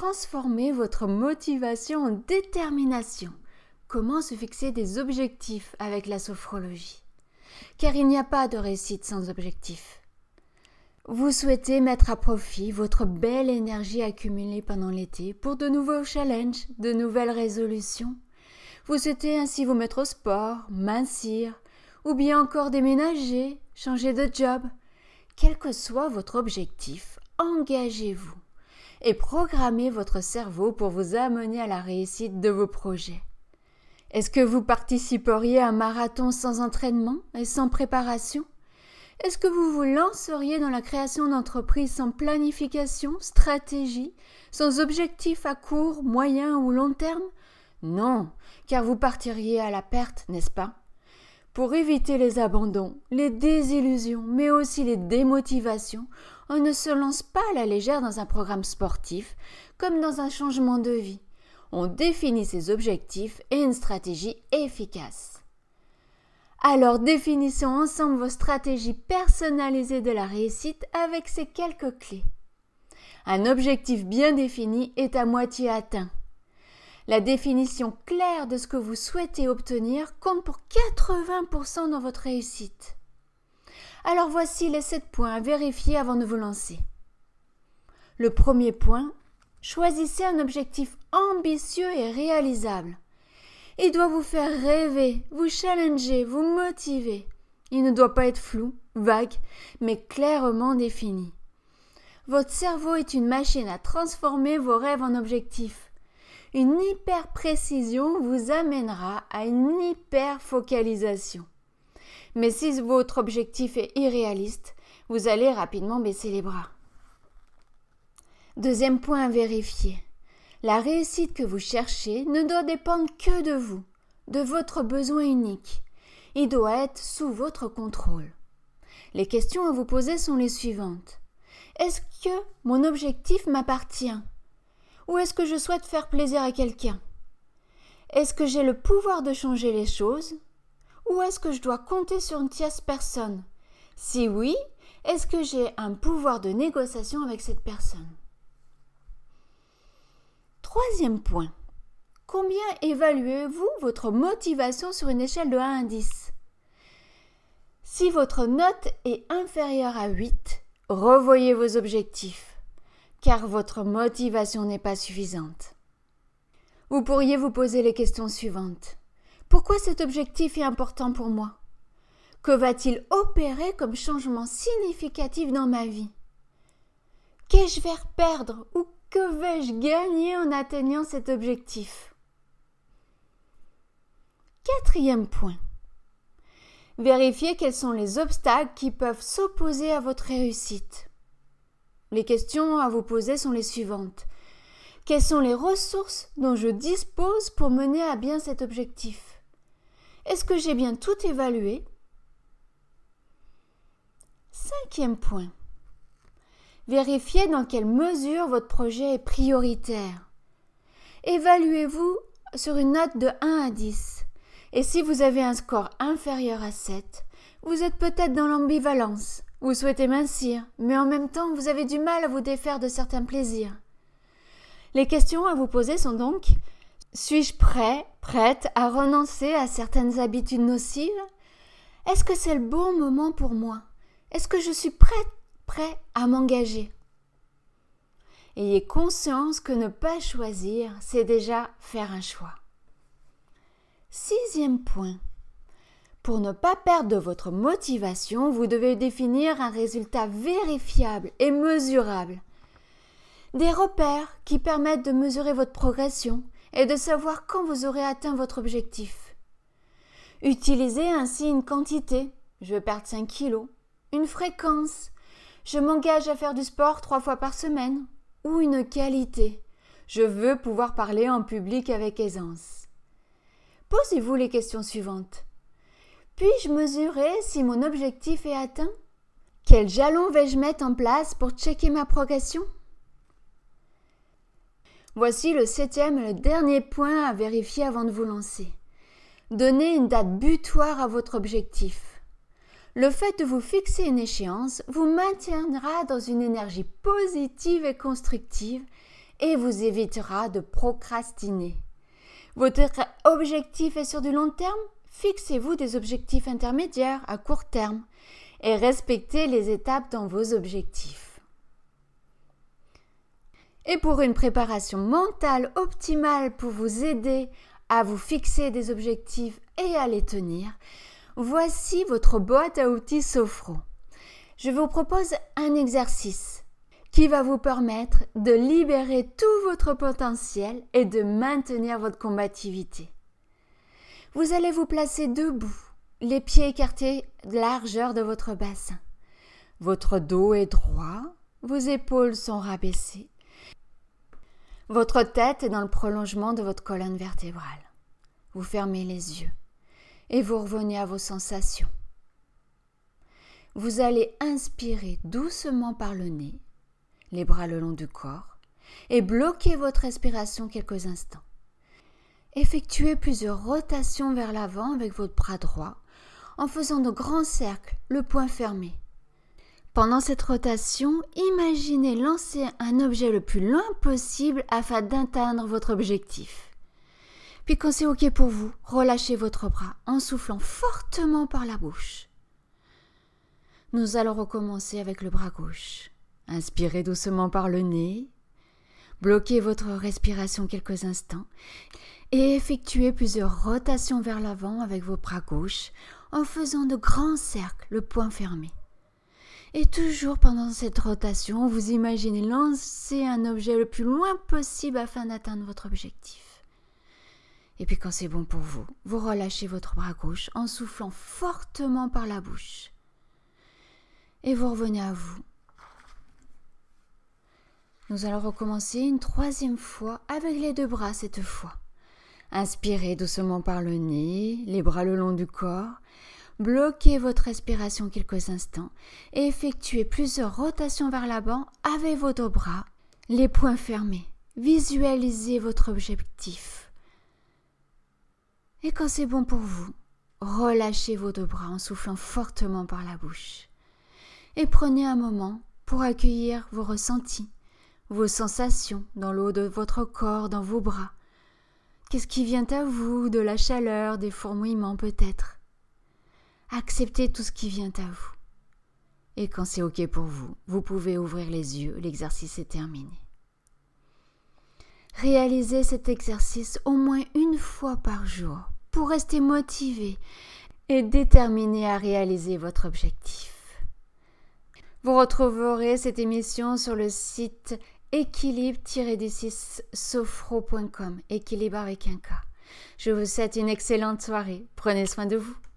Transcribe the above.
transformer votre motivation en détermination. Comment se fixer des objectifs avec la sophrologie? Car il n'y a pas de réussite sans objectif. Vous souhaitez mettre à profit votre belle énergie accumulée pendant l'été pour de nouveaux challenges, de nouvelles résolutions. Vous souhaitez ainsi vous mettre au sport, mincir, ou bien encore déménager, changer de job. Quel que soit votre objectif, engagez-vous et programmez votre cerveau pour vous amener à la réussite de vos projets. Est-ce que vous participeriez à un marathon sans entraînement et sans préparation? Est-ce que vous vous lanceriez dans la création d'entreprises sans planification, stratégie, sans objectif à court, moyen ou long terme? Non, car vous partiriez à la perte, n'est-ce pas? Pour éviter les abandons, les désillusions, mais aussi les démotivations, on ne se lance pas à la légère dans un programme sportif, comme dans un changement de vie. On définit ses objectifs et une stratégie efficace. Alors définissons ensemble vos stratégies personnalisées de la réussite avec ces quelques clés. Un objectif bien défini est à moitié atteint. La définition claire de ce que vous souhaitez obtenir compte pour 80% dans votre réussite. Alors voici les 7 points à vérifier avant de vous lancer. Le premier point, choisissez un objectif ambitieux et réalisable. Il doit vous faire rêver, vous challenger, vous motiver. Il ne doit pas être flou, vague, mais clairement défini. Votre cerveau est une machine à transformer vos rêves en objectifs. Une hyper-précision vous amènera à une hyper-focalisation. Mais si votre objectif est irréaliste, vous allez rapidement baisser les bras. Deuxième point à vérifier. La réussite que vous cherchez ne doit dépendre que de vous, de votre besoin unique. Il doit être sous votre contrôle. Les questions à vous poser sont les suivantes. Est-ce que mon objectif m'appartient? Ou est-ce que je souhaite faire plaisir à quelqu'un? Est-ce que j'ai le pouvoir de changer les choses? Ou est-ce que je dois compter sur une tierce personne? Si oui, est-ce que j'ai un pouvoir de négociation avec cette personne? Troisième point. Combien évaluez-vous votre motivation sur une échelle de 1 à 10? Si votre note est inférieure à 8, revoyez vos objectifs, car votre motivation n'est pas suffisante. Vous pourriez vous poser les questions suivantes. Pourquoi cet objectif est important pour moi? Que va-t-il opérer comme changement significatif dans ma vie? Qu'ai-je à perdre ou que vais-je gagner en atteignant cet objectif? Quatrième point. Vérifiez quels sont les obstacles qui peuvent s'opposer à votre réussite. Les questions à vous poser sont les suivantes. Quelles sont les ressources dont je dispose pour mener à bien cet objectif? Est-ce que j'ai bien tout évalué? Cinquième point. Vérifiez dans quelle mesure votre projet est prioritaire. Évaluez-vous sur une note de 1 à 10. Et si vous avez un score inférieur à 7, vous êtes peut-être dans l'ambivalence. Vous souhaitez mincir, mais en même temps, vous avez du mal à vous défaire de certains plaisirs. Les questions à vous poser sont donc: suis-je prête à renoncer à certaines habitudes nocives? Est-ce que c'est le bon moment pour moi? Est-ce que je suis prêt à m'engager? Ayez conscience que ne pas choisir, c'est déjà faire un choix. Sixième point. Pour ne pas perdre votre motivation, vous devez définir un résultat vérifiable et mesurable. Des repères qui permettent de mesurer votre progression et de savoir quand vous aurez atteint votre objectif. Utilisez ainsi une quantité, je veux perdre 5 kilos, une fréquence, je m'engage à faire du sport 3 fois par semaine, ou une qualité, je veux pouvoir parler en public avec aisance. Posez-vous les questions suivantes. Puis-je mesurer si mon objectif est atteint? Quel jalon vais-je mettre en place pour checker ma progression? Voici le 7e et le dernier point à vérifier avant de vous lancer. Donnez une date butoir à votre objectif. Le fait de vous fixer une échéance vous maintiendra dans une énergie positive et constructive et vous évitera de procrastiner. Votre objectif est sur du long terme? Fixez-vous des objectifs intermédiaires à court terme et respectez les étapes dans vos objectifs. Et pour une préparation mentale optimale pour vous aider à vous fixer des objectifs et à les tenir, voici votre boîte à outils Sophro. Je vous propose un exercice qui va vous permettre de libérer tout votre potentiel et de maintenir votre combativité. Vous allez vous placer debout, les pieds écartés de la largeur de votre bassin. Votre dos est droit, vos épaules sont rabaissées. Votre tête est dans le prolongement de votre colonne vertébrale. Vous fermez les yeux et vous revenez à vos sensations. Vous allez inspirer doucement par le nez, les bras le long du corps, et bloquer votre respiration quelques instants. Effectuez plusieurs rotations vers l'avant avec votre bras droit, en faisant de grands cercles, le poing fermé. Pendant cette rotation, imaginez lancer un objet le plus loin possible afin d'atteindre votre objectif. Puis quand c'est OK pour vous, relâchez votre bras en soufflant fortement par la bouche. Nous allons recommencer avec le bras gauche. Inspirez doucement par le nez, bloquez votre respiration quelques instants et effectuez plusieurs rotations vers l'avant avec vos bras gauche en faisant de grands cercles, le poing fermé. Et toujours pendant cette rotation, vous imaginez lancer un objet le plus loin possible afin d'atteindre votre objectif. Et puis quand c'est bon pour vous, vous relâchez votre bras gauche en soufflant fortement par la bouche. Et vous revenez à vous. Nous allons recommencer une troisième fois avec les deux bras cette fois. Inspirez doucement par le nez, les bras le long du corps. Bloquez votre respiration quelques instants et effectuez plusieurs rotations vers l'avant avec vos deux bras, les poings fermés. Visualisez votre objectif. Et quand c'est bon pour vous, relâchez vos deux bras en soufflant fortement par la bouche. Et prenez un moment pour accueillir vos ressentis, vos sensations dans le haut de votre corps, dans vos bras. Qu'est-ce qui vient à vous? De la chaleur, des fourmillements peut-être. Acceptez tout ce qui vient à vous. Et quand c'est OK pour vous, vous pouvez ouvrir les yeux, l'exercice est terminé. Réalisez cet exercice au moins une fois par jour pour rester motivé et déterminé à réaliser votre objectif. Vous retrouverez cette émission sur le site équilibre-sophro.com, équilibre avec un K. Je vous souhaite une excellente soirée. Prenez soin de vous.